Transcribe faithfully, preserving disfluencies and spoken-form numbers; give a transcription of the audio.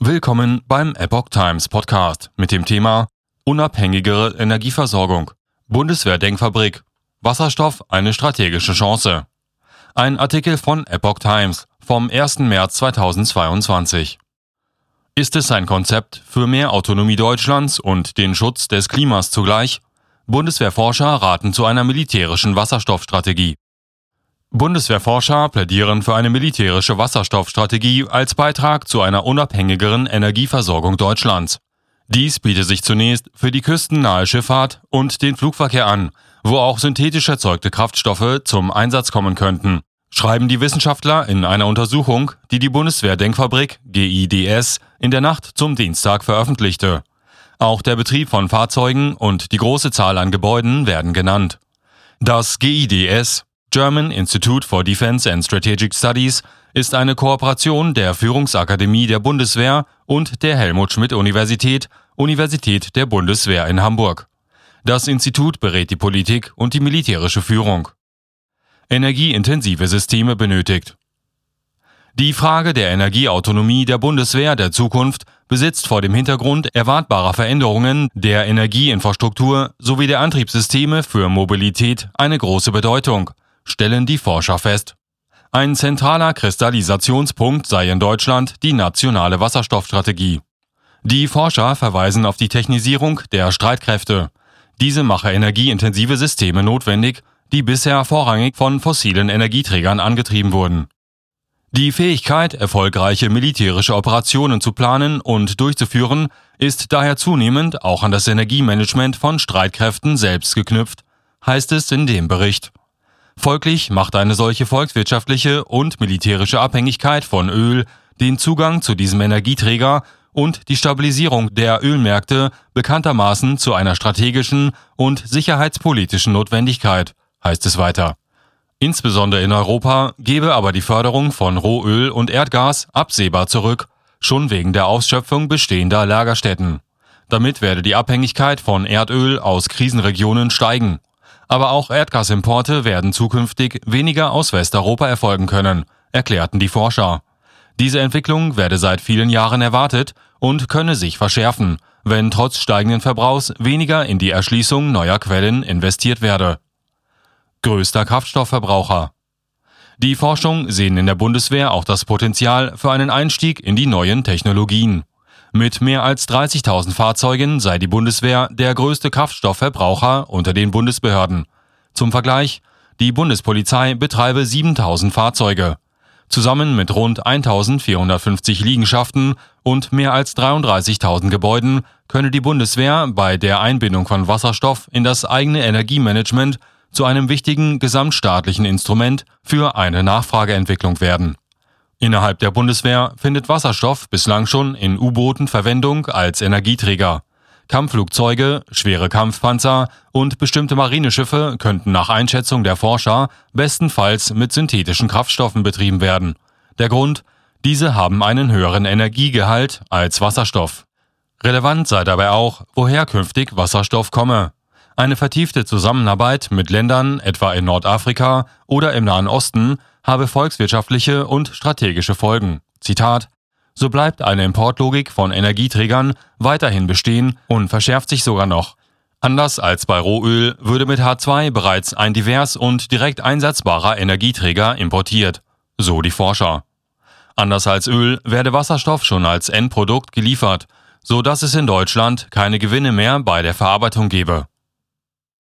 Willkommen beim Epoch Times Podcast mit dem Thema Unabhängigere Energieversorgung. Bundeswehr-Denkfabrik. Wasserstoff eine strategische Chance. Ein Artikel von Epoch Times vom ersten März zweitausendzweiundzwanzig. Ist es ein Konzept für mehr Autonomie Deutschlands und den Schutz des Klimas zugleich? Bundeswehrforscher raten zu einer militärischen Wasserstoffstrategie. Bundeswehrforscher plädieren für eine militärische Wasserstoffstrategie als Beitrag zu einer unabhängigeren Energieversorgung Deutschlands. Dies bietet sich zunächst für die küstennahe Schifffahrt und den Flugverkehr an, wo auch synthetisch erzeugte Kraftstoffe zum Einsatz kommen könnten, schreiben die Wissenschaftler in einer Untersuchung, die die Bundeswehr-Denkfabrik G I D S in der Nacht zum Dienstag veröffentlichte. Auch der Betrieb von Fahrzeugen und die große Zahl an Gebäuden werden genannt. Das G I D S, German Institute for Defense and Strategic Studies, ist eine Kooperation der Führungsakademie der Bundeswehr und der Helmut-Schmidt-Universität, Universität der Bundeswehr in Hamburg. Das Institut berät die Politik und die militärische Führung. Energieintensive Systeme benötigt. Die Frage der Energieautonomie der Bundeswehr der Zukunft besitzt vor dem Hintergrund erwartbarer Veränderungen der Energieinfrastruktur sowie der Antriebssysteme für Mobilität eine große Bedeutung, stellen die Forscher fest. Ein zentraler Kristallisationspunkt sei in Deutschland die nationale Wasserstoffstrategie. Die Forscher verweisen auf die Technisierung der Streitkräfte. Diese mache energieintensive Systeme notwendig, die bisher vorrangig von fossilen Energieträgern angetrieben wurden. Die Fähigkeit, erfolgreiche militärische Operationen zu planen und durchzuführen, ist daher zunehmend auch an das Energiemanagement von Streitkräften selbst geknüpft, heißt es in dem Bericht. Folglich macht eine solche volkswirtschaftliche und militärische Abhängigkeit von Öl den Zugang zu diesem Energieträger und die Stabilisierung der Ölmärkte bekanntermaßen zu einer strategischen und sicherheitspolitischen Notwendigkeit, heißt es weiter. Insbesondere in Europa gebe aber die Förderung von Rohöl und Erdgas absehbar zurück, schon wegen der Ausschöpfung bestehender Lagerstätten. Damit werde die Abhängigkeit von Erdöl aus Krisenregionen steigen. Aber auch Erdgasimporte werden zukünftig weniger aus Westeuropa erfolgen können, erklärten die Forscher. Diese Entwicklung werde seit vielen Jahren erwartet und könne sich verschärfen, wenn trotz steigenden Verbrauchs weniger in die Erschließung neuer Quellen investiert werde. Größter Kraftstoffverbraucher. Die Forschung sehen in der Bundeswehr auch das Potenzial für einen Einstieg in die neuen Technologien. Mit mehr als dreißigtausend Fahrzeugen sei die Bundeswehr der größte Kraftstoffverbraucher unter den Bundesbehörden. Zum Vergleich, die Bundespolizei betreibe siebentausend Fahrzeuge. Zusammen mit rund eintausendvierhundertfünfzig Liegenschaften und mehr als dreiunddreißigtausend Gebäuden könne die Bundeswehr bei der Einbindung von Wasserstoff in das eigene Energiemanagement zu einem wichtigen gesamtstaatlichen Instrument für eine Nachfrageentwicklung werden. Innerhalb der Bundeswehr findet Wasserstoff bislang schon in U-Booten Verwendung als Energieträger. Kampfflugzeuge, schwere Kampfpanzer und bestimmte Marineschiffe könnten nach Einschätzung der Forscher bestenfalls mit synthetischen Kraftstoffen betrieben werden. Der Grund: Diese haben einen höheren Energiegehalt als Wasserstoff. Relevant sei dabei auch, woher künftig Wasserstoff komme. Eine vertiefte Zusammenarbeit mit Ländern, etwa in Nordafrika oder im Nahen Osten, habe volkswirtschaftliche und strategische Folgen. Zitat: So bleibt eine Importlogik von Energieträgern weiterhin bestehen und verschärft sich sogar noch. Anders als bei Rohöl würde mit H zwei bereits ein divers und direkt einsetzbarer Energieträger importiert, so die Forscher. Anders als Öl werde Wasserstoff schon als Endprodukt geliefert, so dass es in Deutschland keine Gewinne mehr bei der Verarbeitung gebe.